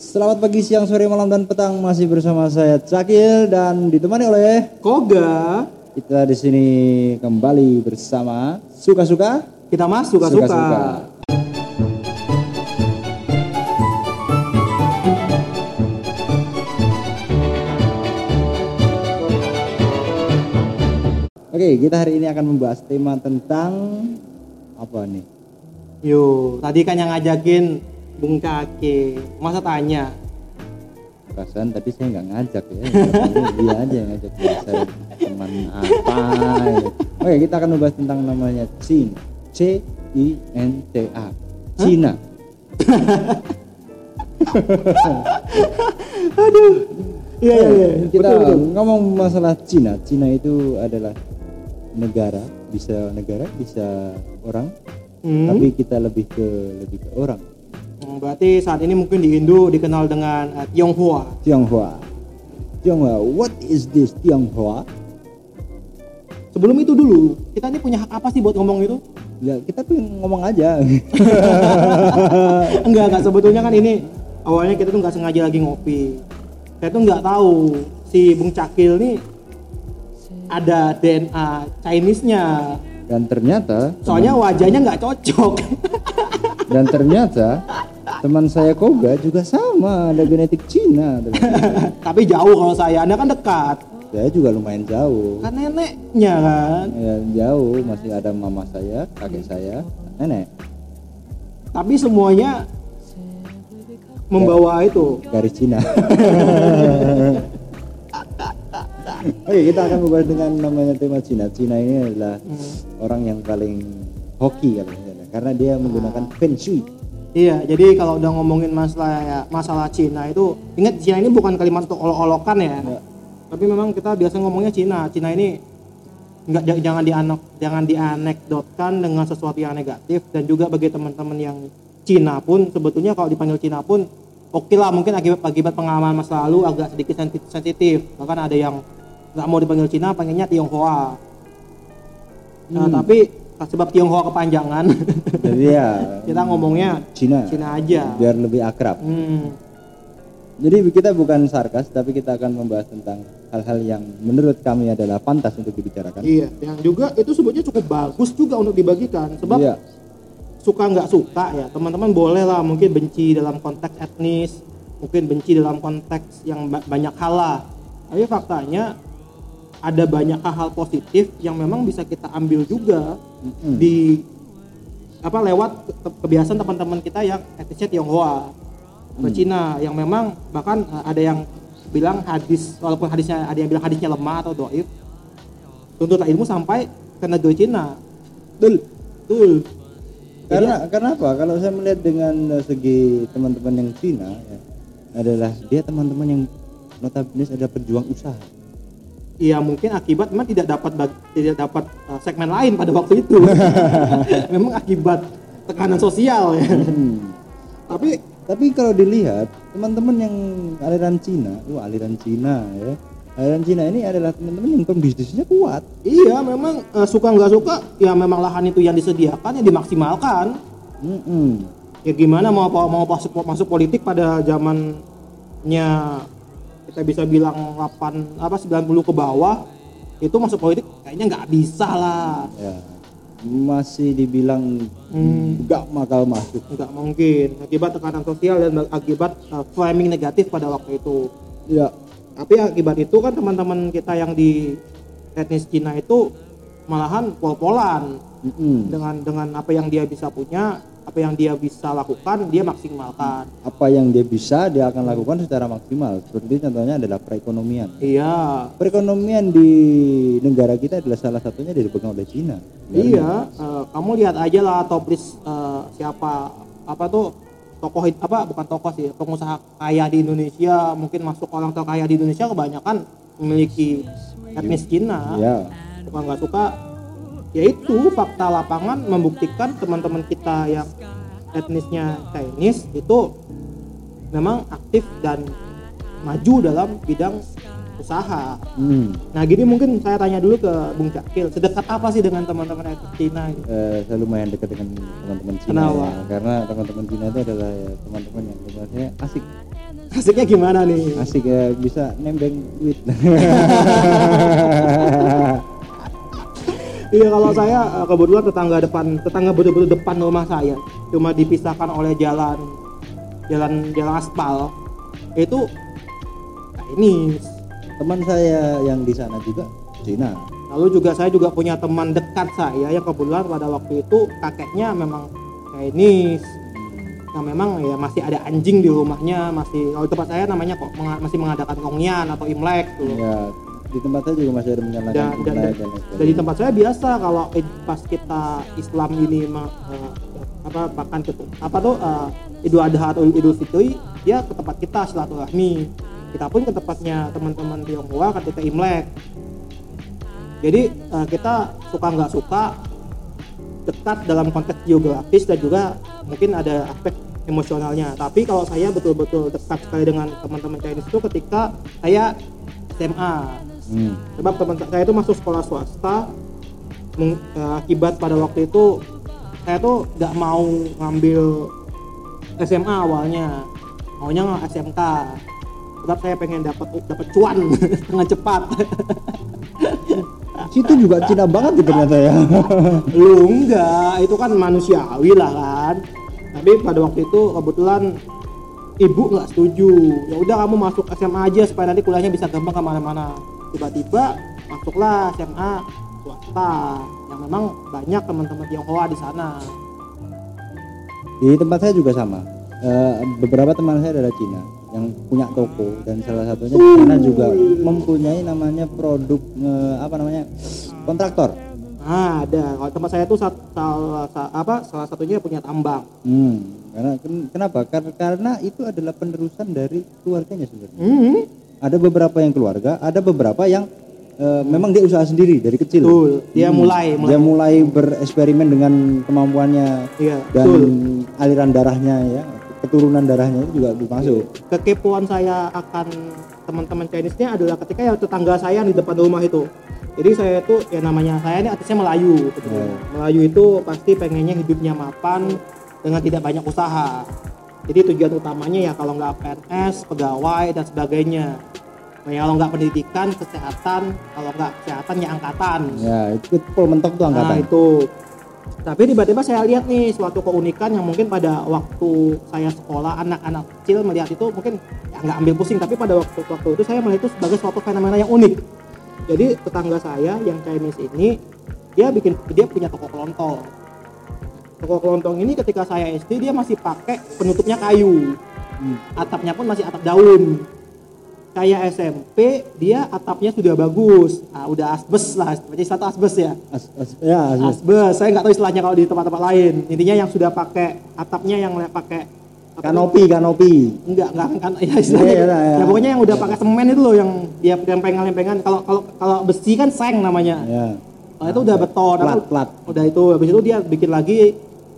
Selamat pagi, siang, sore, malam, dan petang. Masih bersama saya Cakil dan ditemani oleh Koga. Kita di sini kembali bersama Suka-Suka. Kita mas suka-suka. Oke, kita hari ini akan membahas tema tentang apa nih? Yo, tadi kan yang ngajakin Bung Kake. Masa tanya? Perasaan tadi saya nggak ngajak ya. Dia aja yang ngajak saya teman apa gitu. Oke, kita akan membahas tentang namanya Cina. C-I-N-T-A. Cina. Aduh. Iya. Kita Betul. ngomong masalah Cina. Cina itu adalah negara, bisa orang, tapi kita lebih ke orang. Berarti saat ini mungkin di Indo dikenal dengan Tionghoa. Tionghoa. What is this Tionghoa? Sebelum itu dulu, kita ini punya hak apa sih buat ngomong itu? Ya kita tuh ngomong aja. Enggak, sebetulnya kan ini awalnya kita tuh nggak sengaja lagi ngopi. Saya tuh nggak tahu si Bung Cakil nih ada DNA Chinese-nya. Dan ternyata Soalnya wajahnya nggak cocok. Dan ternyata teman saya Koga juga sama, ada genetik Cina. Tapi jauh kalau saya, Anda kan dekat. Saya juga lumayan jauh. Kan neneknya kan. Ya, jauh, masih ada mama saya, kakek saya, nenek. Tapi semuanya membawa itu Garis Cina. Oke, kita akan membahas dengan namanya tema Cina. Cina ini adalah orang yang paling hoki karena dia menggunakan Feng Shui. Iya, jadi kalau udah ngomongin masalah Cina itu, ingat Cina ini bukan kalimat untuk olok-olokan ya. Tapi memang kita biasa ngomongnya Cina. Cina ini jangan dianekdotkan dengan sesuatu yang negatif, dan juga bagi teman-teman yang Cina pun sebetulnya kalau dipanggil Cina pun oke lah, mungkin akibat pengalaman masa lalu agak sedikit sensitif. Bahkan ada yang nggak mau dipanggil Cina, panggilnya Tionghoa. Nah, tapi sebab Tionghoa kepanjangan, jadi ya kita ngomongnya Cina aja biar lebih akrab. Jadi kita bukan sarkas, tapi kita akan membahas tentang hal-hal yang menurut kami adalah pantas untuk dibicarakan. Iya, yang juga itu sebetulnya cukup bagus juga untuk dibagikan. Sebab suka nggak suka ya, teman-teman boleh lah mungkin benci dalam konteks etnis, mungkin benci dalam konteks yang banyak hal lah. Tapi faktanya ada banyak hal positif yang memang bisa kita ambil juga di lewat kebiasaan teman-teman kita yang etnisnya Tionghoa atau Cina, yang memang bahkan ada yang bilang hadis, walaupun hadisnya ada yang bilang hadisnya lemah atau dhaif, tuntutlah ilmu sampai ke negeri Cina. Betul. Karena apa? Kalau saya melihat dengan segi teman-teman yang Cina ya, adalah dia teman-teman yang notabene ada perjuang usaha. Iya, mungkin akibat memang tidak dapat segmen lain pada waktu itu. Memang akibat tekanan sosial ya. Tapi kalau dilihat teman-teman yang aliran Cina ya. Aliran Cina ini adalah teman-teman yang pembisnisnya kuat. Iya, memang suka nggak suka ya, memang lahan itu yang disediakan ya dimaksimalkan. Ya gimana mau masuk politik pada zamannya kita bisa bilang 90 ke bawah itu masuk politik kayaknya nggak bisa lah. Ya, masih dibilang nggak bakal masuk. Nggak mungkin, akibat tekanan sosial dan akibat framing negatif pada waktu itu. Ya. Tapi akibat itu kan teman-teman kita yang di etnis Cina itu malahan pol-polan dengan apa yang dia bisa punya, apa yang dia bisa lakukan, dia maksimalkan. Apa yang dia bisa, dia akan lakukan secara maksimal. Seperti contohnya adalah perekonomian. Iya. Perekonomian di negara kita adalah salah satunya dipegang oleh Cina. Iya. Kamu lihat aja lah top list siapa pengusaha kaya di Indonesia, mungkin masuk orang terkaya di Indonesia kebanyakan memiliki etnis Cina. Ya. Suka nggak suka, yaitu fakta lapangan membuktikan teman-teman kita yang etnisnya Chinese itu memang aktif dan maju dalam bidang usaha. Nah gini, mungkin saya tanya dulu ke Bung Cakil, sedekat apa sih dengan teman-teman etnis Cina? Saya lumayan dekat dengan teman-teman Cina ya, karena teman-teman Cina itu adalah teman-teman yang sebenarnya asik Asiknya gimana nih? Asik ya, bisa nembeng duit. Iya, kalau saya kebetulan tetangga betul-betul depan rumah saya, cuma dipisahkan oleh jalan aspal. Itu ini Teman saya yang di sana juga Cina. lalu juga saya juga punya teman dekat saya yang kebetulan pada waktu itu kakeknya memang Chinese. Nah memang ya masih ada anjing di rumahnya, masih kalau tempat saya namanya kok masih mengadakan Kongnian atau Imlek tuh. Ya, di tempat saya juga masih ada menyalakan Dan di tempat saya biasa kalau pas kita Islam ini makan Idul Adha atau Idul Fitri, dia ke tempat kita silaturahmi. Kita pun ke tempatnya teman-teman Tionghoa ketika Imlek. Jadi kita suka nggak suka dekat dalam konteks geografis dan juga mungkin ada aspek emosionalnya. Tapi kalau saya betul-betul dekat sekali dengan teman-teman Chinese itu ketika saya SMA. Sebab teman saya itu masuk sekolah swasta, akibat pada waktu itu saya tuh nggak mau ngambil SMA awalnya, maunya SMK. Sebab saya pengen dapat cuan dengan cepat. Situ juga Cina banget gitu ternyata ya. Lu enggak, itu kan manusiawi lah kan. Tapi pada waktu itu kebetulan ibu nggak setuju. Ya udah kamu masuk SMA aja supaya nanti kuliahnya bisa gampang kemana-mana. Tiba-tiba masuklah SMA swasta yang memang banyak teman-teman Tionghoa di sana. Di tempat saya juga sama. Beberapa teman saya adalah Cina yang punya toko dan salah satunya di sana juga mempunyai namanya produk kontraktor. Ada. Kalau tempat saya itu salah satunya punya tambang. Kenapa? Karena itu adalah penerusan dari keluarganya sebenarnya. Ada beberapa yang keluarga, ada beberapa yang memang dia usaha sendiri dari kecil. Betul. Dia mulai bereksperimen dengan kemampuannya dan aliran darahnya ya. Keturunan darahnya itu juga masuk. Kekepoan saya akan teman-teman Chinese-nya adalah ketika ya tetangga saya di depan rumah itu. Jadi saya tuh ya namanya saya ini artisnya Melayu. Melayu itu pasti pengennya hidupnya mapan dengan tidak banyak usaha. Jadi tujuan utamanya ya kalau nggak PNS, pegawai dan sebagainya. Nah, kalau nggak pendidikan, kesehatan, kalau nggak kesehatan ya angkatan. Ya itu full mentok tuh angkatan. Nah itu. Tapi tiba-tiba saya lihat nih suatu keunikan yang mungkin pada waktu saya sekolah anak-anak kecil melihat itu mungkin ya nggak ambil pusing, tapi pada waktu itu saya melihat itu sebagai suatu fenomena yang unik. Jadi tetangga saya yang Chinese ini dia punya toko kelontong. Toko kelontong ini ketika saya SD dia masih pakai penutupnya kayu. Atapnya pun masih atap daun. Kayak SMP dia atapnya sudah bagus, udah asbes lah, seperti satu asbes ya. Asbes. Saya nggak tahu istilahnya kalau di tempat-tempat lain. Intinya yang sudah pakai atapnya yang pakai kanopi. Enggak kan ya istilahnya. Ya pokoknya yang udah pakai semen itu loh, yang dia lempengan. Kalau besi kan seng namanya. Kalau itu udah beton. Plat. Udah itu habis itu dia bikin lagi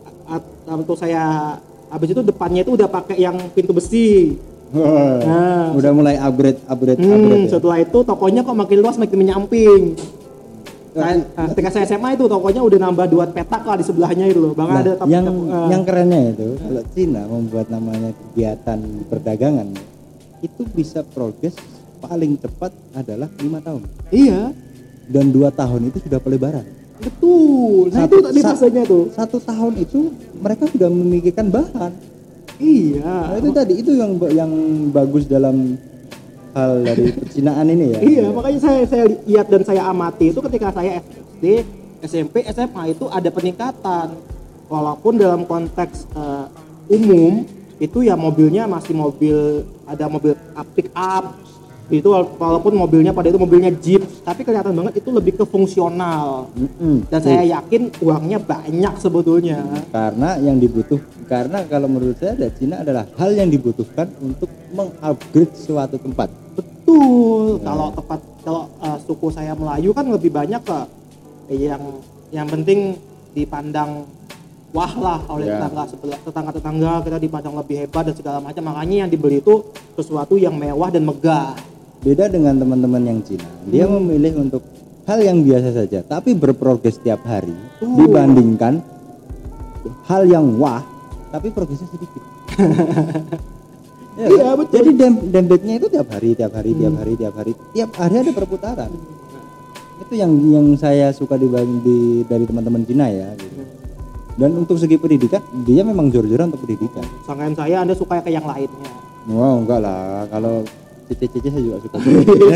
habis itu depannya itu udah pakai yang pintu besi. Udah mulai upgrade ya. Setelah itu tokonya kok makin luas, makin menyamping. Ketika saya SMA itu tokonya udah nambah 2 petak lah di sebelahnya itu loh. Yang kerennya itu kalau Cina membuat namanya kegiatan perdagangan itu bisa progres paling cepat adalah 5 tahun. Iya. Dan 2 tahun itu sudah pelebaran. Betul. Nah itu tadi fasenya tuh. 1 tahun itu mereka sudah memikirkan bahan. Iya. Nah, itu tadi itu yang bagus dalam hal dari percinaan ini ya. Iya, makanya saya lihat dan saya amati itu ketika saya SD, SMP, SMA itu ada peningkatan. Walaupun dalam konteks umum itu ya mobilnya masih ada mobil pick up. Itu walaupun mobilnya pada itu mobilnya Jeep, tapi kelihatan banget itu lebih ke fungsional. Dan saya yakin uangnya banyak sebetulnya. Karena kalau menurut saya Cina adalah hal yang dibutuhkan untuk mengupgrade suatu tempat. Betul. Kalau suku saya Melayu kan lebih banyak yang penting dipandang wah lah oleh tetangga kita dipandang lebih hebat dan segala macam. Makanya yang dibeli itu sesuatu yang mewah dan megah. Beda dengan teman-teman yang Cina, dia memilih untuk hal yang biasa saja, tapi berprogres setiap hari, dibandingkan hal yang wah, tapi progresnya sedikit. Ya, iya betul. Jadi dembetnya itu tiap hari ada perputaran. Itu yang saya suka dari teman-teman Cina ya gitu. Dan untuk segi pendidikan dia memang jor-joran untuk pendidikan. Sangkaan saya Anda suka ke yang lainnya. Wow, enggak lah, kalau cici saya juga suka.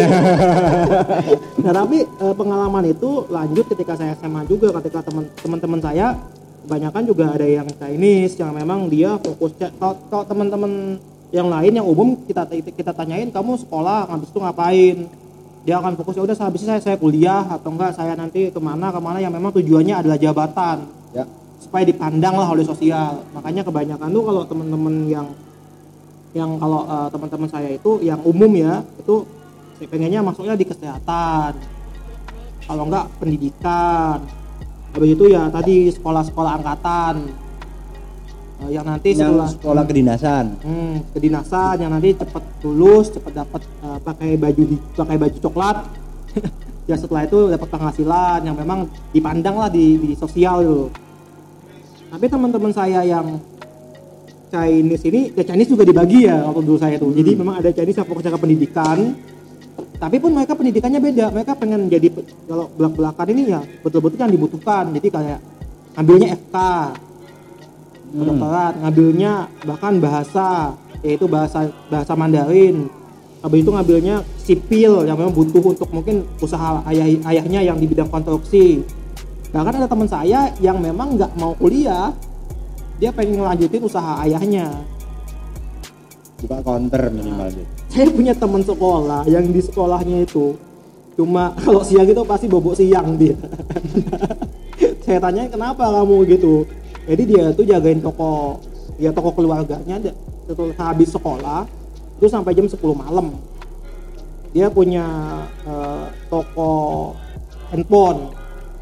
Nah tapi pengalaman itu lanjut ketika saya SMA juga, ketika teman-teman saya kebanyakan juga ada yang Chinese yang memang dia fokus. Kalau teman-teman yang lain yang umum kita tanyain kamu sekolah habis itu ngapain, dia akan fokus ya udah habis itu saya kuliah atau enggak saya nanti kemana yang memang tujuannya adalah jabatan Ya. supaya dipandang lah oleh sosial. Makanya kebanyakan tuh kalau teman-teman yang kalau teman-teman saya itu yang umum ya itu saya pengennya masuknya di kesehatan, kalau enggak pendidikan, habis itu ya tadi sekolah-sekolah angkatan yang nanti sekolah kedinasan. Kedinasan yang nanti cepat lulus, cepat dapat pakai baju coklat. Ya setelah itu dapat penghasilan yang memang dipandang lah di sosial gitu. Tapi teman-teman saya yang Chinese ini, ya Chinese juga dibagi ya waktu dulu saya tuh. Jadi memang ada Chinese yang fokusnya ke pendidikan. Tapi pun mereka pendidikannya beda. Mereka pengen jadi kalau belak-belakan ini ya betul-betul yang dibutuhkan. Jadi kayak ngambilnya FK, kedokteran, ngambilnya bahkan bahasa, yaitu bahasa Mandarin. Habis itu ngambilnya sipil yang memang butuh untuk mungkin usaha ayahnya yang di bidang konstruksi. Bahkan ada teman saya yang memang nggak mau kuliah, dia pengen ngelanjutin usaha ayahnya. Buka counter minimal gitu. Saya punya teman sekolah yang di sekolahnya itu cuma kalau siang itu pasti bobok siang dia. Saya tanya kenapa kamu gitu. Jadi dia tuh jagain toko keluarganya setelah habis sekolah itu sampai jam 10 malam. Dia punya toko handphone.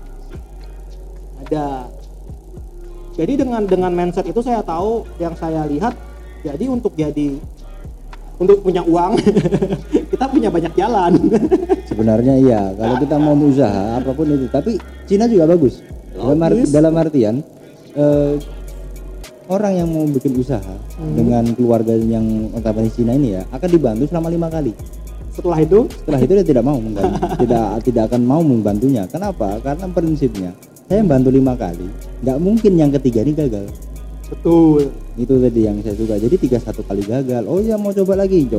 Ada. Jadi dengan mindset itu saya tahu, yang saya lihat, jadi untuk punya uang kita punya banyak jalan. Sebenarnya iya, kalau kita mau usaha apapun itu. Tapi Cina juga bagus. Dalam artian orang yang mau bikin usaha dengan keluarga yang notabene Cina ini ya akan dibantu selama 5 kali. Setelah itu dia tidak mau mengganti, tidak akan mau membantunya. Kenapa? Karena prinsipnya saya bantu 5 kali, nggak mungkin yang ketiga ini gagal. Betul. Itu tadi yang saya suka. Jadi 31 kali gagal. Oh ya mau coba lagi.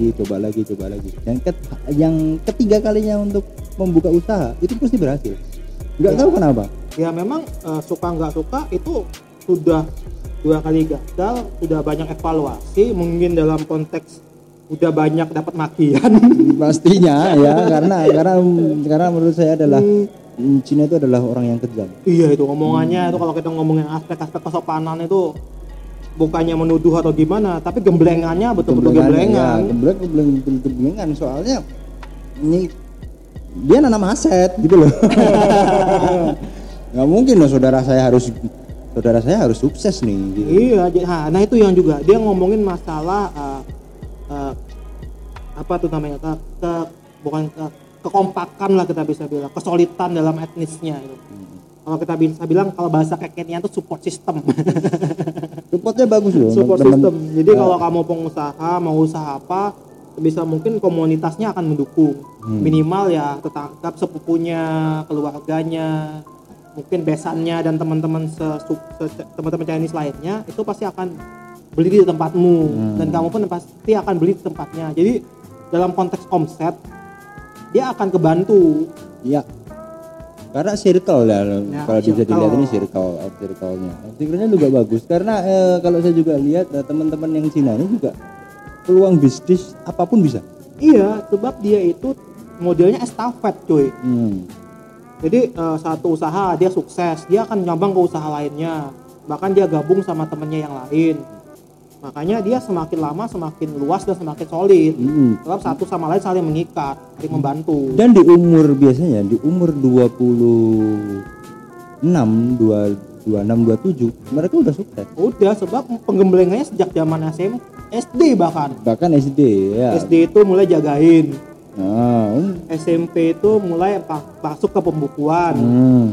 Yang ketiga kalinya untuk membuka usaha itu pasti berhasil. Nggak tahu kenapa. Ya memang suka nggak suka itu sudah 2 kali gagal, sudah banyak evaluasi, mungkin dalam konteks udah banyak dapat makian. Pastinya ya karena menurut saya adalah Cina itu adalah orang yang kejam. Iya itu omongannya itu kalau kita ngomongin aspek-aspek kesopanan itu bukannya menuduh atau gimana, tapi gemblengannya betul-betul gemblengan. Ya, gemblengan soalnya ini dia nanam aset gitu loh. Nggak mungkin loh saudara saya harus sukses nih. Gitu. Iya, nah itu yang juga dia ngomongin masalah apa tuh namanya kekompakan lah kita bisa bilang, kesolidan dalam etnisnya itu. Kalau kita bisa bilang kalau bahasa kekinian itu support system. Supportnya bagus loh. Support system. Jadi kalau kamu pengusaha mau usaha apa, bisa mungkin komunitasnya akan mendukung. Minimal ya tetangga, sepupunya, keluarganya, mungkin besannya dan teman-teman teman-teman Chinese lainnya itu pasti akan beli di tempatmu dan kamu pun pasti akan beli di tempatnya. Jadi dalam konteks omset dia akan kebantu. Iya. Karena circle ya kalau bisa dilihat ini circle-nya juga bagus. Karena kalau saya juga lihat teman-teman yang Cina ini juga peluang bisnis apapun bisa. Iya, sebab dia itu modelnya estafet, cuy. Jadi satu usaha dia sukses, dia akan nyambang ke usaha lainnya. Bahkan dia gabung sama temennya yang lain. Makanya dia semakin lama semakin luas dan semakin solid. Sebab satu sama lain saling mengikat, saling membantu. Dan di umur 26, 27 mereka udah sukses. Udah, sebab penggemblengannya sejak zaman SD bahkan SD ya. SD itu mulai jagain. SMP itu mulai masuk ke pembukuan.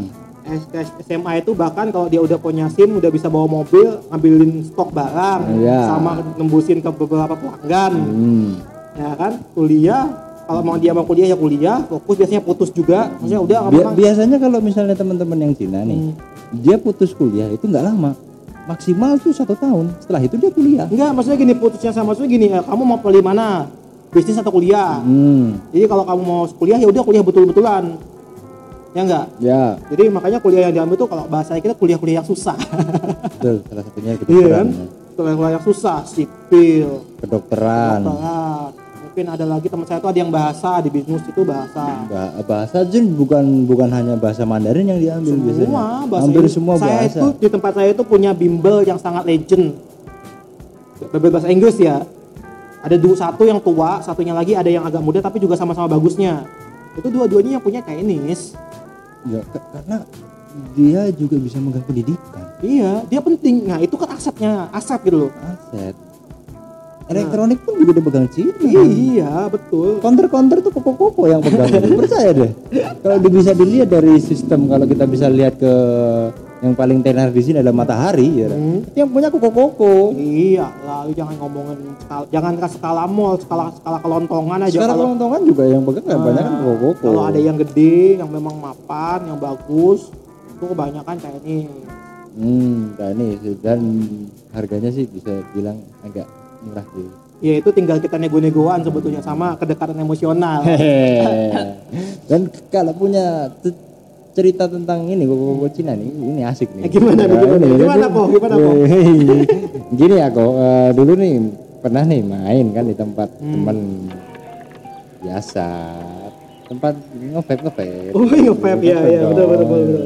SMA itu bahkan kalau dia udah punya SIM udah bisa bawa mobil ngambilin stok barang sama nembusin ke beberapa pelanggan. Ya kan, kuliah kalau dia mau kuliah ya kuliah, fokus, biasanya putus juga. Maksudnya udah biasanya kalau misalnya teman-teman yang Cina nih, dia putus kuliah itu nggak lama, maksimal tuh 1 tahun. Setelah itu dia kuliah. Enggak, maksudnya gini, putusnya sama maksudnya gini, kamu mau pilih mana? Bisnis atau kuliah? Jadi kalau kamu mau kuliah ya udah kuliah betul-betulan. Ya enggak? Ya. Jadi makanya kuliah yang diambil tuh kalau bahasa kita kuliah-kuliah yang susah. Betul, salah satunya kedokteran. Iya kan? Kuliah yang susah, sipil, kedokteran. Mungkin ada lagi teman saya tuh ada yang bahasa, di bisnis itu bahasa. Bahasa Jun bukan hanya bahasa Mandarin yang diambil biasanya. Hampir semua bahasa. Saya itu di tempat saya itu punya bimbel yang sangat legend. Bimbel bahasa Inggris ya. Ada satu yang tua, satunya lagi ada yang agak muda tapi juga sama-sama bagusnya. Itu dua-duanya yang punya Chinese. Ya, karena dia juga bisa megang pendidikan. Iya, dia penting. Nah, itu kan aset gitu loh. Aset. Elektronik pun juga dipegang Cina. Iya, betul. Counter tuh koko yang pegang. Percaya deh. Kalau bisa dilihat dari sistem, kalau kita bisa lihat ke yang paling tenar di sini adalah matahari ya. Yang punya koko. Iya, lalu jangan ngomongin jangan ke skala mall, skala kelontongan aja. Skala kelontongan juga yang pegang kebanyakan koko. Kalau ada yang gede, yang memang mapan, yang bagus, itu kebanyakan Chinese. Chinese dan harganya sih bisa bilang agak murah sih. Ya itu tinggal kita nego-negoan sebetulnya sama kedekatan emosional. Dan kalau punya cerita tentang ini koko Cina nih, ini asik nih. Gimana kok? Gini ya kok, dulu nih pernah nih main kan di tempat teman biasa, tempat nge-vape. Oh nge-vape ya, betul.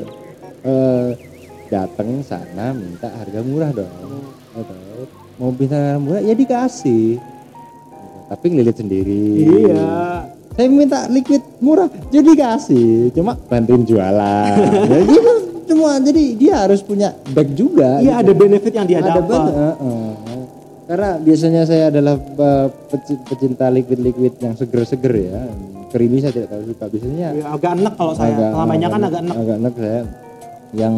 Datang sana minta harga murah dong. Mau minta harga murah ya dikasih, tapi ngelilit sendiri. Iya. Saya minta liquid murah jadi kasih, cuma bantuin jualan. Ya gitu semua, jadi dia harus punya bag juga. Iya gitu. Ada benefit yang dia dapat. Karena biasanya saya adalah pecinta liquid yang seger ya. Creamy saya tidak terlalu suka biasanya. Ya, agak enak kalau saya. Lamanya kan agak enak. Agak enak saya. Yang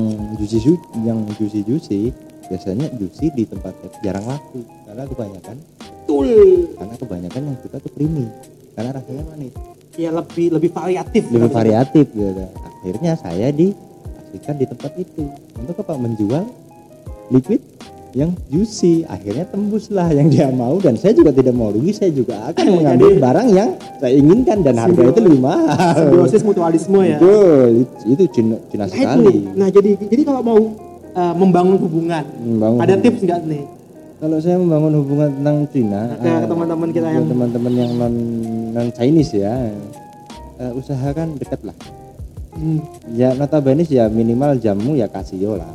juicy biasanya juicy di tempat jarang laku karena kebanyakan. Betul. Karena kebanyakan yang suka tuh creamy. Karena rasanya manis. Ya lebih variatif. Lebih variatif gitu. Akhirnya saya dikasihkan di tempat itu untuk apa? Menjual liquid yang juicy. Akhirnya tembuslah yang dia mau dan saya juga tidak mau rugi. Saya juga akan mengambil barang yang saya inginkan dan harga itu lebih mahal. Simbiosis mutualisme ya. Betul. Itu Cina sekali. Nah jadi kalau mau membangun hubungan, ada tips nggak nih? Kalau saya membangun hubungan tentang Cina, teman-teman kita yang teman-teman yang non Chinese ya, usahakan dekat lah. Ya notabene ya minimal jamu ya Casio lah.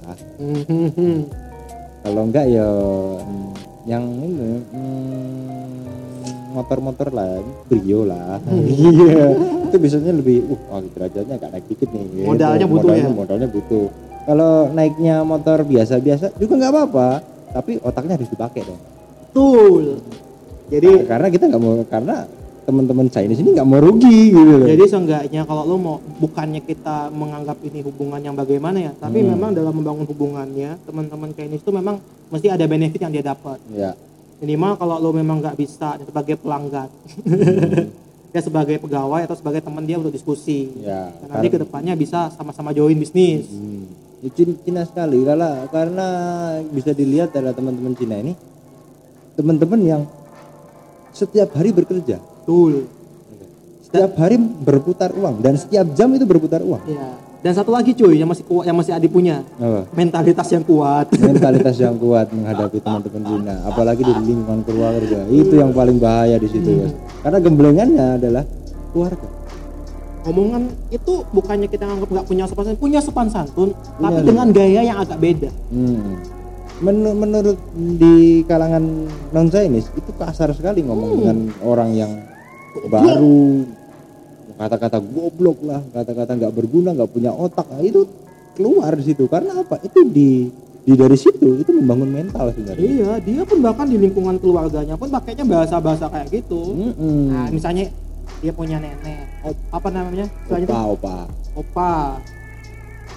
Kalau enggak ya yang ini motor-motor lah, Brio lah. Iya. Itu biasanya lebih derajatnya agak naik dikit nih. Modalnya butuh. Kalau naiknya motor biasa-biasa juga nggak apa-apa. Tapi otaknya harus dipakai dong. Betul. Jadi karena kita nggak mau, karena teman-teman Chinese ini nggak mau rugi gitu. Jadi seenggaknya kalau lo mau, bukannya kita menganggap ini hubungan yang bagaimana ya, tapi memang dalam membangun hubungannya teman-teman Chinese itu memang mesti ada benefit yang dia dapat. Ya. Minimal kalau lo memang nggak bisa sebagai pelanggan, ya sebagai pegawai atau sebagai teman dia untuk diskusi. Ya. Nanti kedepannya bisa sama-sama join bisnis. Cina sekali karena bisa dilihat adalah teman-teman Cina ini teman-teman yang setiap hari bekerja. Betul. Setiap hari berputar uang dan setiap jam itu berputar uang. Iya. Dan satu lagi cuy yang masih Adi punya. Apa? Mentalitas yang kuat. Mentalitas yang kuat menghadapi teman-teman Cina, apalagi di lingkungan keluarga. Itu yang paling bahaya di situ, Mas. Karena gemblengannya adalah keluarga. Omongan itu bukannya kita anggap nggak punya sopan santun, tapi dengan gaya yang agak beda. Menurut di kalangan non Chinese itu kasar sekali ngomong dengan orang yang baru, kata-kata goblok lah, kata-kata nggak berguna, nggak punya otak. Nah, itu keluar di situ karena apa? Itu dari situ itu membangun mental sebenarnya. Iya, dia pun bahkan di lingkungan keluarganya pun pakainya bahasa-bahasa kayak gitu. Nah, misalnya dia punya nenek, apa namanya? Opa.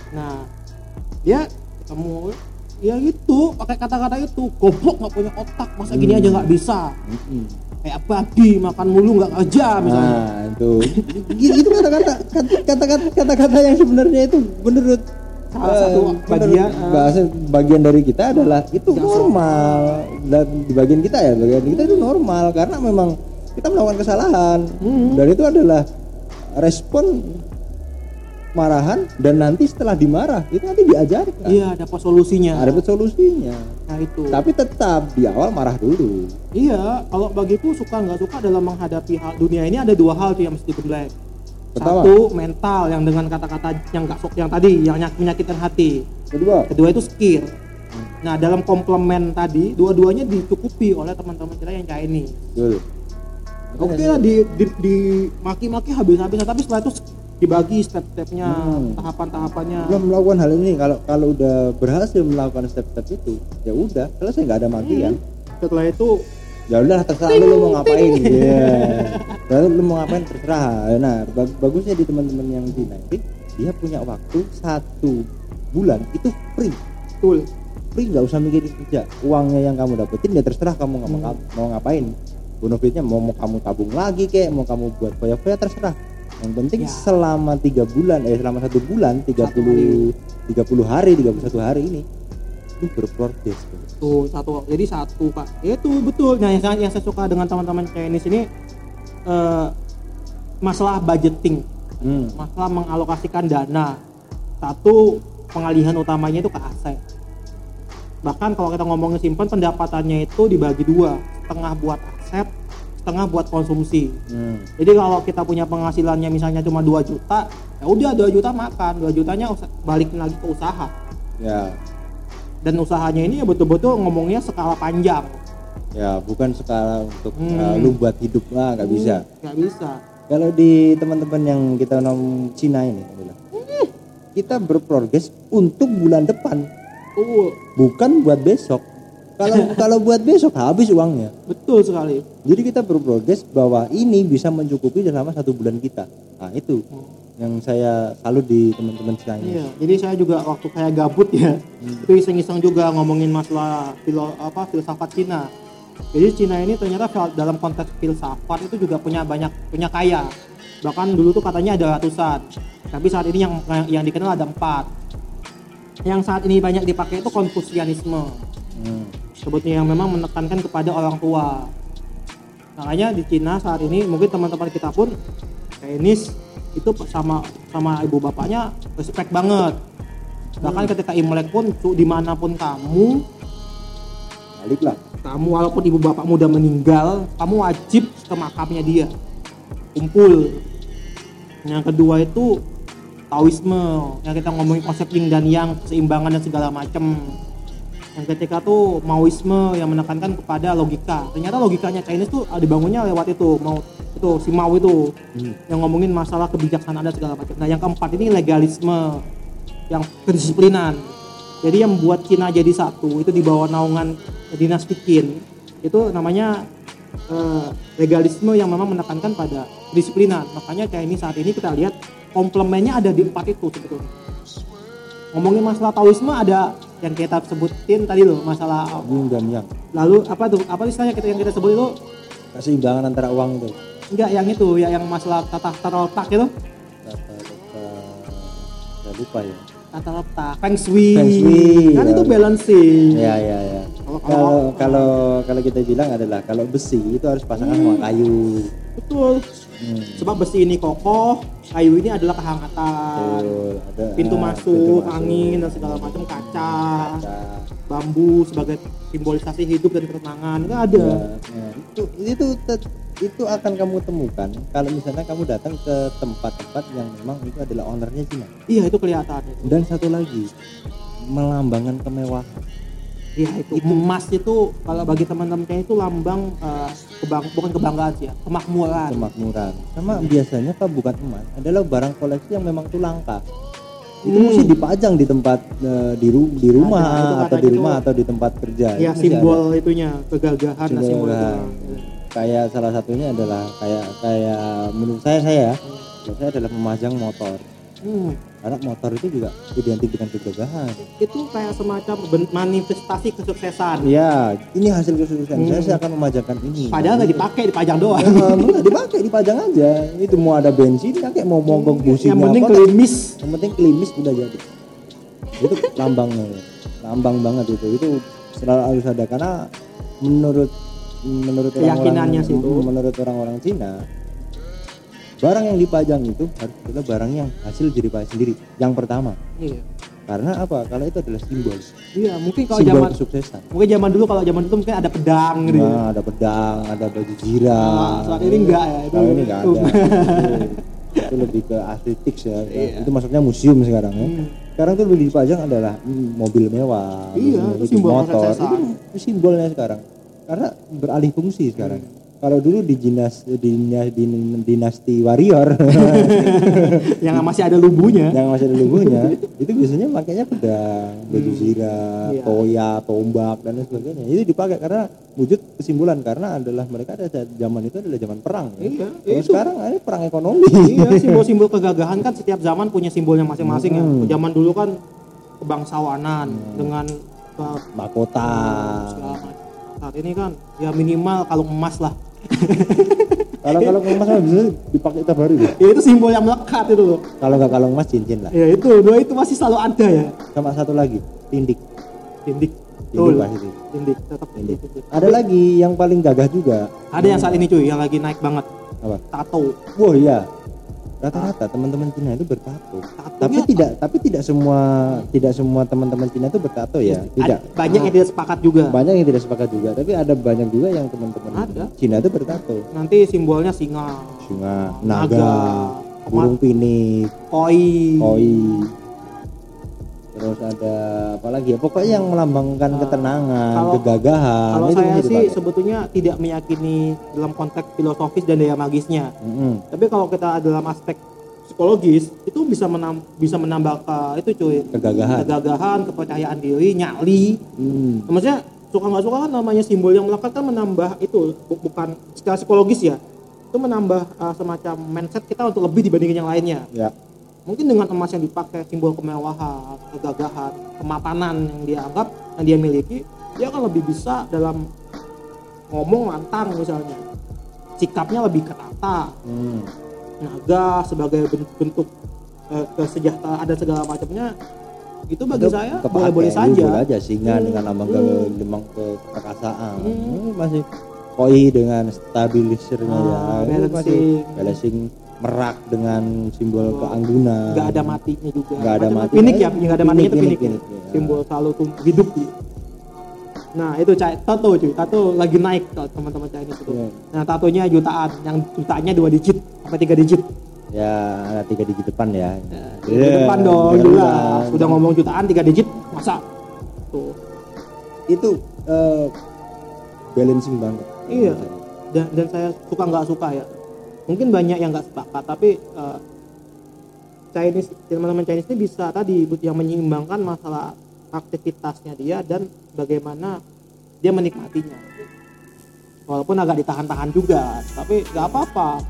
Nah, dia ketemu ya gitu, pakai kata-kata itu, goblok nggak punya otak, masa gini aja nggak bisa. Kayak babi makan mulu nggak kerja misalnya. Nah, itu kata-kata yang sebenarnya itu menurut salah satu bagian dari kita adalah itu normal. Dan di bagian kita itu normal karena memang kita melakukan kesalahan. Dan itu adalah respon marahan, dan nanti setelah dimarah itu nanti diajarkan. Iya, dapat solusinya. Nah itu. Tapi tetap di awal marah dulu. Iya, kalau bagiku suka nggak suka dalam menghadapi dunia ini ada dua hal tuh yang mesti digembleng. Pertama, satu mental yang dengan kata-kata yang nggak sok yang tadi yang menyakitkan hati. Kedua itu skill. Nah, dalam komplement tadi dua-duanya dicukupi oleh teman-teman kita yang kayak ini. Oke lah di maki-maki habis-habisan, tapi setelah itu dibagi step-stepnya, tahapan-tahapannya. Belum melakukan hal ini, kalau udah berhasil melakukan step-step itu, ya udah selesai, nggak ada makian. Setelah itu ya udah terserah lu mau ngapain. Lalu lu mau ngapain terserah. Nah, bagusnya di teman-teman yang di Nike, dia punya waktu 1 bulan itu free. Betul. Free, nggak usah mikirin kerja. Uangnya yang kamu dapetin ya terserah kamu mau ngapain. Bonusnya mau kamu tabung lagi kek, mau kamu buat foya-foya terserah. Yang penting selama 3 bulan selama 1 bulan 30 hari 31 hari ini itu berprogres tuh jadi satu Kak, itu betul. Nah yang saya suka dengan teman-teman Chinese ini masalah budgeting, masalah mengalokasikan dana. Satu, pengalihan utamanya itu ke aset. Bahkan kalau kita ngomongin simpan, pendapatannya itu dibagi 2, setengah buat aset, setengah buat konsumsi. Jadi kalau kita punya penghasilannya misalnya cuma 2 juta, ya udah 2 juta makan, 2 jutanya balikin lagi ke usaha. Ya. Dan usahanya ini ya betul-betul ngomongnya skala panjang. Ya, bukan skala untuk lu buat hidup lah, nggak bisa. Nggak bisa. Kalau di teman-teman yang kita Cina ini, kita berprogres untuk bulan depan. Bukan buat besok. Kalau buat besok habis uangnya. Betul sekali. Jadi kita berprogres bahwa ini bisa mencukupi selama 1 bulan kita. Nah itu yang saya salut di teman-teman Cina ini. Iya, jadi saya juga waktu kayak gabut ya, itu iseng-iseng juga ngomongin masalah filsafat Cina. Jadi Cina ini ternyata dalam konteks filsafat itu juga punya kaya. Bahkan dulu tuh katanya ada ratusan. Tapi saat ini yang dikenal ada 4. Yang saat ini banyak dipakai itu Konfusianisme. Sebutnya yang memang menekankan kepada orang tua. Makanya di Cina saat ini mungkin teman-teman kita pun Chinese itu sama ibu bapaknya respect banget. Bahkan ketika Imlek pun dimanapun kamu baliklah. Kamu walaupun ibu bapakmu udah meninggal, kamu wajib ke makamnya dia, kumpul. Yang kedua itu Taoisme, yang kita ngomongin konsep yin dan yang, keseimbangan dan segala macam. Yang ketiga tuh Maoisme yang menekankan kepada logika. Ternyata logikanya Chinese tuh dibangunnya lewat itu, si Mao itu yang ngomongin masalah kebijaksanaan dan segala macam. Nah yang keempat ini legalisme, yang kedisiplinan. Jadi yang membuat Cina jadi satu itu di bawah naungan dinasti Qin, itu namanya legalisme yang memang menekankan pada kedisiplinan. Makanya Chinese saat ini kita lihat komplemennya ada di 4 itu sebetulnya. Ngomongin masalah Taoisme ada yang kita sebutin tadi loh, masalah yin dan yang. Lalu apa istilahnya yang kita sebut itu? Keseimbangan antara uang itu. Enggak, yang itu ya, yang masalah tata letak itu. Saya lupa ya. Tata letak, feng shui. Kan ya. itu balancing. Ya. Kalau kita bilang adalah kalau besi itu harus pasangan sama kayu. Betul. Sebab besi ini kokoh, kayu ini adalah kehangatan. Pintu masuk, angin dan segala macam, kaca, bambu sebagai simbolisasi hidup dan ketenangan itu ada. Itu akan kamu temukan kalau misalnya kamu datang ke tempat-tempat yang memang itu adalah ownernya Cina. Iya, itu kelihatan. Dan satu lagi, melambangkan kemewahan. Iya, itu emas itu kalau bagi teman-teman itu lambang bukan kebanggaan sih ya, kemakmuran. Sama biasanya Pak bukan emas, adalah barang koleksi yang memang itu langka. Itu mesti dipajang di tempat di rumah atau di tempat kerja. Ya, simbol itunya kegagahan dan simbol itu. Kayak salah satunya adalah kayak menurut saya adalah memajang motor. Karena motor itu juga identik dengan kegagahan. Itu kayak semacam manifestasi kesuksesan. Iya, ini hasil kesuksesan. Saya akan memajangkan ini. Padahal nggak dipakai, dipajang doang. Nggak dipakai, dipajang aja. Itu mau ada bensin, kayak mau mogok businya. Yang penting klimis. Yang penting klimis udah jadi. Itu lambang banget itu. Itu selalu harus ada karena menurut keyakinannya sih itu. Menurut orang-orang Cina, barang yang dipajang itu harus adalah barang yang hasil jerih payah sendiri. Yang pertama. Iya. Karena apa? Karena itu adalah simbol. Iya, mungkin kalau simbol kesuksesan. Mungkin zaman dulu mungkin ada pedang gitu. Nah, ada pedang, ada baju zirah. Saat ini enggak ya itu. Kalau ini enggak ada. Itu lebih ke estetik ya. Iya. Itu maksudnya museum sekarang ya. Sekarang tuh lebih dipajang adalah mobil mewah. Iya, itu simbol motor. Itu simbolnya sekarang. Karena beralih fungsi sekarang. Kalau dulu di dinasti warrior yang masih ada lubunya, itu biasanya makanya pedang, baju zirah, toya, tombak dan lain sebagainya. Itu dipakai karena wujud kesimbolan karena adalah mereka ada zaman itu adalah zaman perang. Iya. Kalau sekarang ini perang ekonomi. Iya, simbol-simbol kegagahan kan setiap zaman punya simbolnya masing-masing ya. Zaman dulu kan kebangsawanan dengan mahkota. Saat ini kan ya minimal kalung emas lah. Kalau emas bisa dipakai tiap hari ya? Itu simbol yang melekat itu loh. Kalau nggak kalung emas cincin lah. Ya itu, dua itu masih selalu ada ya. Sama satu lagi, tindik. Tindik tetap tindik. Ada lagi yang paling gagah juga. Ada yang saat ini cuy, yang lagi naik banget. Apa? Tato. Wah iya. Rata-rata teman-teman Cina itu bertato. Tapi tidak semua teman-teman Cina itu bertato ya. Tidak. Banyak yang tidak sepakat juga. Tapi ada banyak juga yang teman-teman Cina itu bertato. Nanti simbolnya singa, naga, burung pinik, koi. Terus ada apa lagi ya? Pokoknya yang melambangkan ketenangan, kegagahan. Kalau saya sih sebetulnya tidak meyakini dalam konteks filosofis dan daya magisnya. Tapi kalau kita dalam aspek psikologis itu bisa menambah itu cuy. Kegagahan, kepercayaan diri, nyali. Maksudnya suka nggak suka kan namanya simbol yang melekat kan menambah itu bukan secara psikologis ya. Itu menambah semacam mindset kita untuk lebih dibandingin yang lainnya. Ya. Mungkin dengan emas yang dipakai simbol kemewahan, kegagahan, kemapanan yang dia anggap, yang dia miliki, dia akan lebih bisa dalam ngomong lantang misalnya, sikapnya lebih ketata. Naga sebagai bentuk kesejahteraan ada segala macamnya, itu bagi itu saya boleh-boleh saja. Singa dengan lambang kekasaan, masih koi dengan stabilisernya balancing. Merak dengan simbol keanggunan. Nggak ada matinya juga. Nggak ada mati. Pinik ya, nggak ada matinya itu pinik. Simbol selalu hidup gitu. Nah itu tato cuy, tato lagi naik kalau teman-teman Chinese itu. Nah tatonya jutaan, yang jutanya 2 digit sampai 3 digit. Ya ada 3 digit depan ya. Di depan dong jelas. Sudah ngomong jutaan 3 digit masa tuh. Itu balancing banget. Iya. Dan saya suka nggak suka ya. Mungkin banyak yang nggak sepakat, tapi teman-teman Chinese ini bisa tadi yang menyeimbangkan masalah aktivitasnya dia dan bagaimana dia menikmatinya. Walaupun agak ditahan-tahan juga, tapi nggak apa-apa.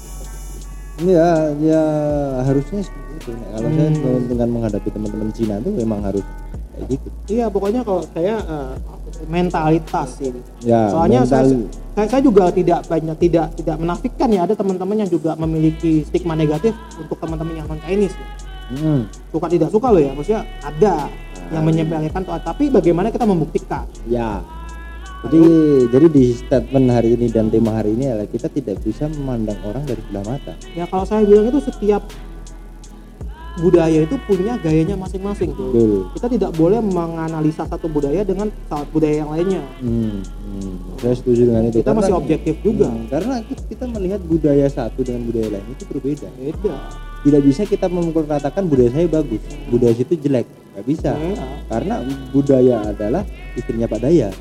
Ya harusnya seperti itu. Kalau saya dengan menghadapi teman-teman Cina itu memang harus kayak gitu. Iya, pokoknya kalau saya mentalitas ini. Ya, soalnya saya juga tidak menafikan ya, ada teman-teman yang juga memiliki stigma negatif untuk teman-teman yang non Chinese. Suka tidak suka loh ya, maksudnya ada yang menyepelekan tapi bagaimana kita membuktikan? Ya. Jadi di statement hari ini dan tema hari ini adalah kita tidak bisa memandang orang dari sebelah mata. Ya kalau saya bilang itu setiap budaya itu punya gayanya masing-masing tuh. Kita tidak boleh menganalisa satu budaya dengan budaya yang lainnya. Saya setuju dengan itu. Kita masih objektif juga. Karena kita melihat budaya satu dengan budaya lain itu berbeda. Beda. Tidak bisa kita mengatakan budaya saya bagus, budaya situ jelek. Nggak bisa. Karena budaya adalah istrinya Pak Daya.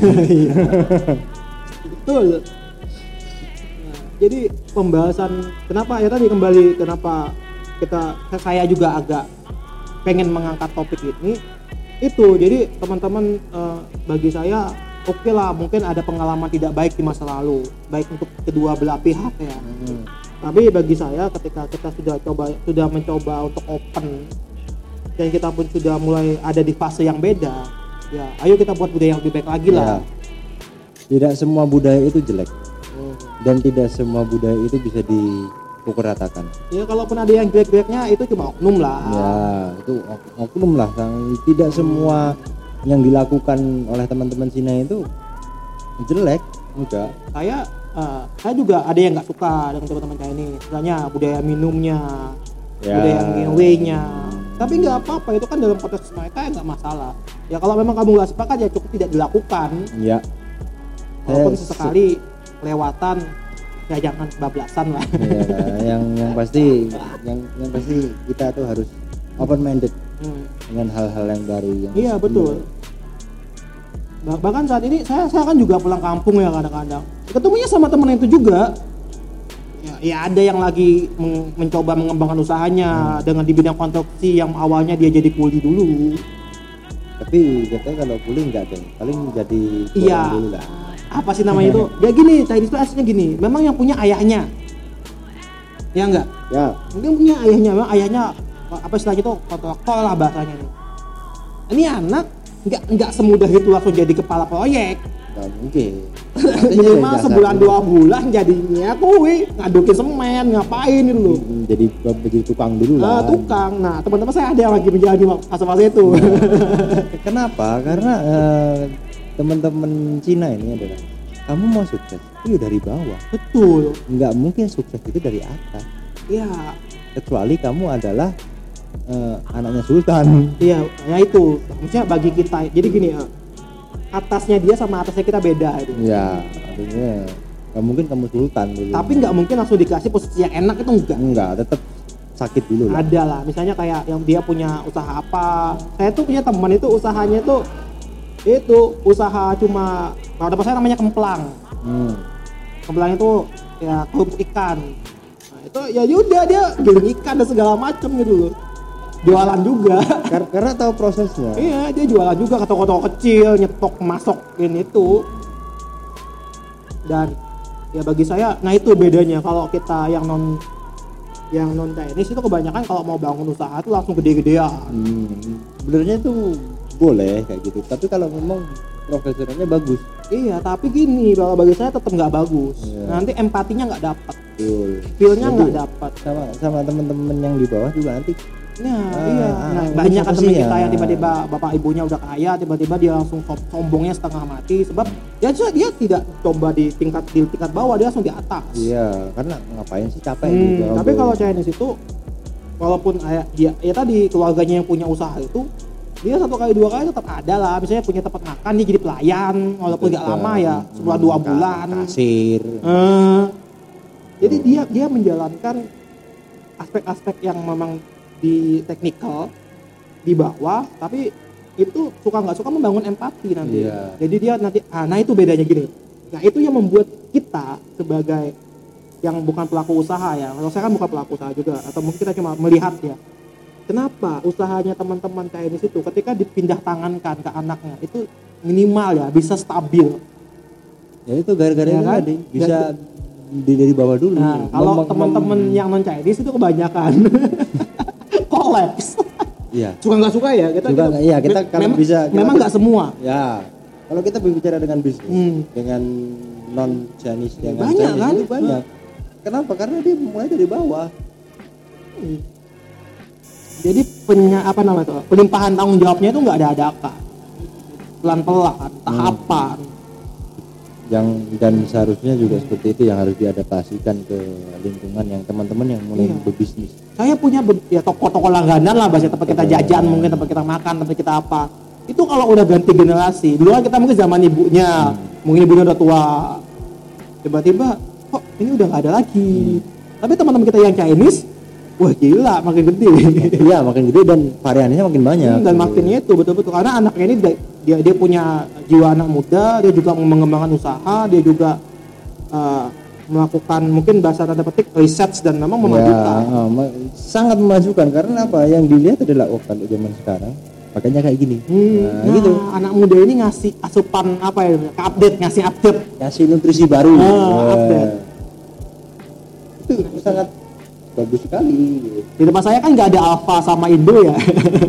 Betul. Nah, jadi pembahasan kenapa saya juga agak pengen mengangkat topik ini itu. Jadi teman-teman bagi saya oke lah, mungkin ada pengalaman tidak baik di masa lalu, baik untuk kedua belah pihak ya. Tapi bagi saya ketika kita sudah mencoba untuk open dan kita pun sudah mulai ada di fase yang beda, ya ayo kita buat budaya yang lebih baik lagi lah. Tidak semua budaya itu jelek. Dan tidak semua budaya itu bisa dipukul ratakan. Ya kalaupun ada yang jelek-jeleknya itu cuma oknum lah. Ya, itu oknum lah. Tidak semua yang dilakukan oleh teman-teman Cina itu jelek, enggak. Saya juga ada yang nggak suka dengan teman-teman kayak ini, misalnya budaya minumnya, budaya giveaway-nya. Tapi nggak apa-apa, itu kan dalam konteks mereka nggak masalah. Ya kalau memang kamu nggak sepakat ya cukup tidak dilakukan. Ya. Walaupun sesekali kelewatan, ya jangan kebablasan lah. Ya, yang pasti kita tuh harus open minded dengan hal-hal yang baru. Iya betul. Bahkan saat ini saya kan juga pulang kampung ya kadang-kadang. Ketemunya sama temen itu juga. Ya ada yang lagi mencoba mengembangkan usahanya dengan di bidang konstruksi yang awalnya dia jadi kuli dulu. Tapi katanya kalau kuli enggak deh, paling jadi dulu lah. Apa sih namanya itu? Ya gini, Chinese itu aslinya gini. Memang yang punya ayahnya. Ya enggak? Ya. Mungkin punya ayahnya, memang ayahnya apa istilahnya itu kontraktor lah bahasanya nih. Ini anak enggak semudah itu langsung jadi kepala proyek. Enggak mungkin. Minimal sebulan 2 bulan jadinya kuwi ngadukin semen, ngapain gitu loh. Jadi tukang dulu lah. Tukang. Nah, teman-teman saya ada yang lagi menjalani fase-fase itu. Kenapa? Karena teman-teman Cina ini adalah kamu mau sukses itu dari bawah. Betul. Nggak mungkin sukses itu dari atas. Iya. Kecuali kamu adalah anaknya sultan. Iya, ya itu. Maksudnya bagi kita. Jadi gini, atasnya dia sama atasnya kita beda itu. Iya, artinya nggak mungkin kamu sultan dulu. Tapi nggak mungkin langsung dikasih posisi yang enak itu enggak. Enggak, tetap sakit dulu lah. Ada lah, misalnya kayak yang dia punya usaha apa. Saya tuh punya teman itu usahanya itu usaha cuma kalau tempat saya namanya kemplang. Kemplang itu ya kerupuk ikan. Nah, itu ya udah dia giling ikan dan segala macam gitu loh. Jualan juga. Karena tahu prosesnya. Iya, dia jualan juga ke toko-toko kecil, nyetok masokin itu. Dan ya bagi saya, nah itu bedanya kalau kita yang non Chinese itu kebanyakan kalau mau bangun usaha itu langsung gede-gedean. Sebenarnya itu boleh kayak gitu, tapi kalau memang profesionalnya bagus. Iya, tapi gini, kalau bagi saya tetap nggak bagus. Nanti empatinya nggak dapat, feel-nya nggak dapat. Sama teman-teman yang di bawah juga nanti. Nah, banyak kan teman kita yang tiba-tiba bapak ibunya udah kaya, tiba-tiba dia langsung sombongnya setengah mati sebab dia tidak coba di tingkat bawah, dia langsung di atas. Iya, karena ngapain sih capek gitu. Tapi kalau Chinese itu walaupun dia tadi keluarganya yang punya usaha itu dia 1 kali 2 kali tetap ada lah, misalnya punya tempat makan dia jadi pelayan walaupun nggak lama ya, sebulan 2 bulan kasir. Jadi dia menjalankan aspek-aspek yang memang di teknikal di bawah, tapi itu suka nggak suka membangun empati nanti. Jadi dia nanti nah itu bedanya gini. Nah itu yang membuat kita sebagai yang bukan pelaku usaha ya, kalau saya kan bukan pelaku usaha juga, atau mungkin kita cuma melihat ya, kenapa usahanya teman-teman Chinese itu ketika dipindah tangankan ke anaknya itu minimal ya bisa stabil. Ya itu gara-gara itu tadi bisa dari bawah dulu. Nah, kalau teman-teman yang non Chinese itu kebanyakan kolaps. Iya. Suka nggak suka ya kita. Kita kalau bisa. Memang nggak semua. Ya. Kalau kita berbicara dengan bisnis, dengan non Chinese, dengan banyak Chinese kan? itu banyak. Kenapa? Karena dia mulai dari bawah. Jadi pelimpahan tanggung jawabnya itu nggak ada-adakan, pelan-pelan, tahapan. Dan seharusnya juga seperti itu yang harus diadaptasikan ke lingkungan yang teman-teman yang mulai berbisnis. Saya punya toko-toko langganan lah, bahasa tempat kita jajan, mungkin tempat kita makan, tempat kita apa. Itu kalau udah ganti generasi, dulu kan kita mungkin zaman ibunya, mungkin ibunya udah tua, tiba-tiba kok ini udah nggak ada lagi. Tapi teman-teman kita yang Chinese, wah gila, makin gede. Iya, makin gede dan variannya makin banyak. Dan makinnya itu betul-betul karena anaknya ini dia punya jiwa anak muda, dia juga mengembangkan usaha, dia juga melakukan mungkin bahasa tanda petik riset dan memang memajukan. Sangat memajukan karena apa? Yang dilihat adalah kalau zaman sekarang pakainya kayak gini. Gitu. Anak muda ini ngasih asupan ngasih update, ngasih nutrisi baru. Update. sangat bagus sekali. Di tempat saya kan nggak ada Alfa sama Indo ya.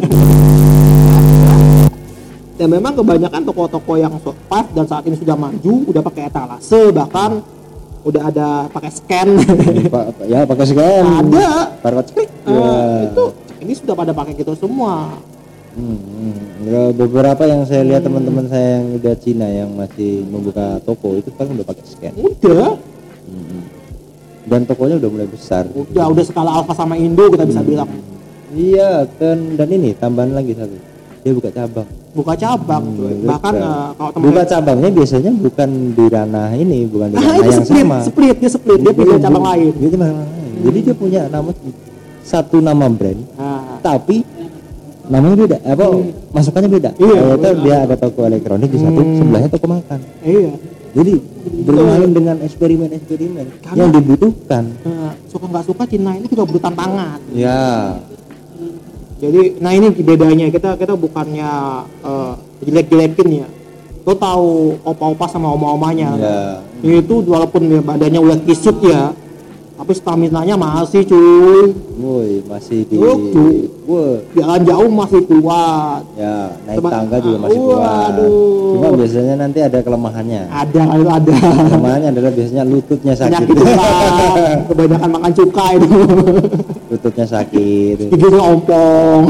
Dan memang kebanyakan toko-toko yang pas dan saat ini sudah maju, udah pakai etalase, bahkan udah ada pakai scan. Ya pakai scan. Ada. Barcode klik. Itu ini sudah pada pakai gitu semua. Ya, beberapa yang saya lihat teman-teman saya yang udah Cina yang masih membuka toko itu kan udah pakai scan. Udah. Dan tokonya udah mulai besar. Udah skala Alfa sama Indo kita bisa bilang. Iya, dan ini tambahan lagi satu. Dia buka cabang. Bahkan kalau teman buka cabangnya biasanya bukan di ranah ini, bukan di ranah yang sama. Dia pindah cabang lain. Jadi dia punya satu nama brand. Tapi namanya beda, masukannya beda. Ternyata dia ada toko elektronik di satu, sebelahnya toko makan. Iya. Jadi bermain dengan eksperimen-eksperimen yang dibutuhkan. Suka nggak suka Cina ini juga butuh tantangan. Ya. Jadi, nah ini bedanya kita bukannya jelek-jelekin ya. Lo tahu opa-opa sama oma-omanya. Ya. Itu walaupun badannya udah kisut ya, tapi stamina-nya masih cuy. Woi, masih di jalan jauh masih kuat. Ya, naik tangga juga masih kuat. Cuma biasanya nanti ada kelemahannya. Ada. Kelemahannya adalah biasanya lututnya sakit. Kebanyakan makan cuka itu. Lututnya sakit. Giginya ompong.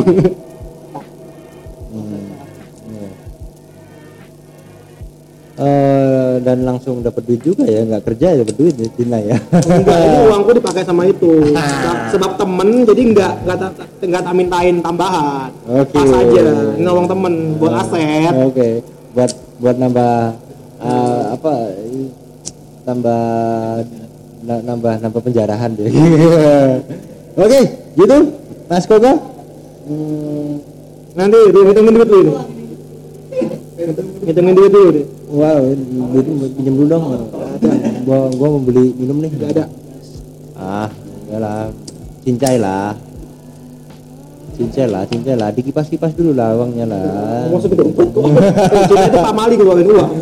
Dan langsung dapat duit juga ya, nggak kerja ya dapat duit di Cina ya. Enggak, ini uangku dipakai sama itu. Sebab temen jadi nggak tak mintain tambahan. Pas aja, ini uang temen buat aset. Buat nambah nambah penjarahan deh. Gitu Mas Koga. Nanti hitungin duit dulu. Hitungin duit dulu deh. Wow, pinjam dulu dong. Gua mau beli minum nih. Enggak ada. Enggak lah. Cincai lah. Dikipas-kipas dulu lah uangnya lah. Maksudnya dompet kok. Cina itu pamali keluarin uang.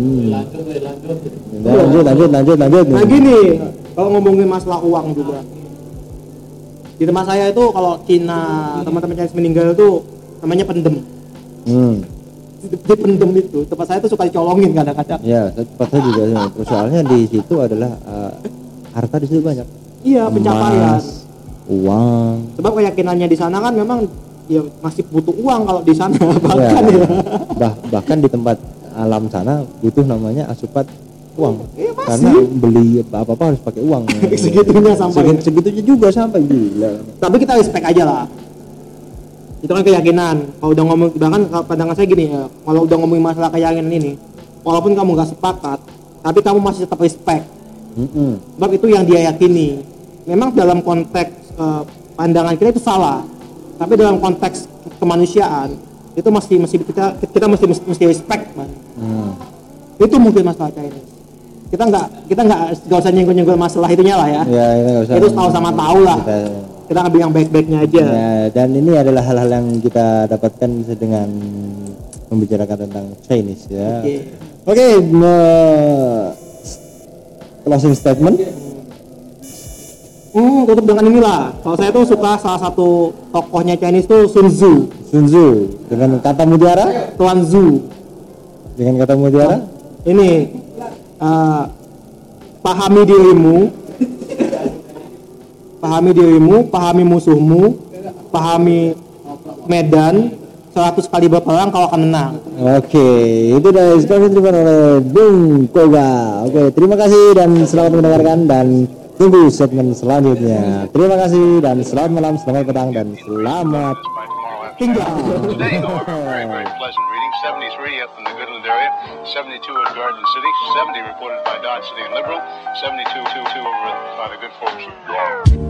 Lanjut. Nah gini, kalau ngomongin masalah uang juga. Di tempat saya itu kalau Cina teman-teman Chinese meninggal itu namanya pendem. Dia pendem itu. Tempat saya itu suka dicolongin kadang-kadang. Ya, tempat saya juga. Soalnya di situ adalah harta di situ banyak. Iya, pencapaian. Uang. Sebab keyakinannya di sana kan memang ya masih butuh uang kalau di sana bahkan di tempat alam sana butuh namanya asupat uang. Karena beli apa-apa harus pakai uang. Segitunya juga sampai gila. Tapi kita respect aja lah. Itu kan keyakinan. Kalau udah ngomong, bahkan pandangan saya gini ya, kalau udah ngomongin masalah keyakinan ini, walaupun kamu nggak sepakat, tapi kamu masih tetap respect. Sebab itu yang dia yakini. Memang dalam konteks pandangan kita itu salah, tapi dalam konteks kemanusiaan itu masih kita mesti respect, man. Itu mungkin masalah Chinese. Kita nggak usah nyenggol masalah itunya lah ya. Itu tahu sama tahu lah. Kita ambil yang baik-baiknya aja. Ya, dan ini adalah hal-hal yang kita dapatkan dengan membicarakan tentang Chinese ya. Oke, closing statement. Tutup dengan inilah. Kalau saya tuh suka salah satu tokohnya Chinese tuh Sun Tzu dengan kata mutiara. Tuan Zhu. Dengan kata mutiara. Ini pahami dirimu, pahami musuhmu, pahami medan, 100 kali berperang kau akan menang. Oke, itu dari sekali diberikan oleh Bung Koga. Oke, terima kasih dan selamat mendengarkan dan tunggu segmen selanjutnya. Terima kasih dan selamat malam, selamat petang dan selamat tinggal. Today, however, very pleasant reading. 73 up in the Goodland area, 72 at Garden City, 70 reported by Dodge City and Liberal, 72 over by the good folks.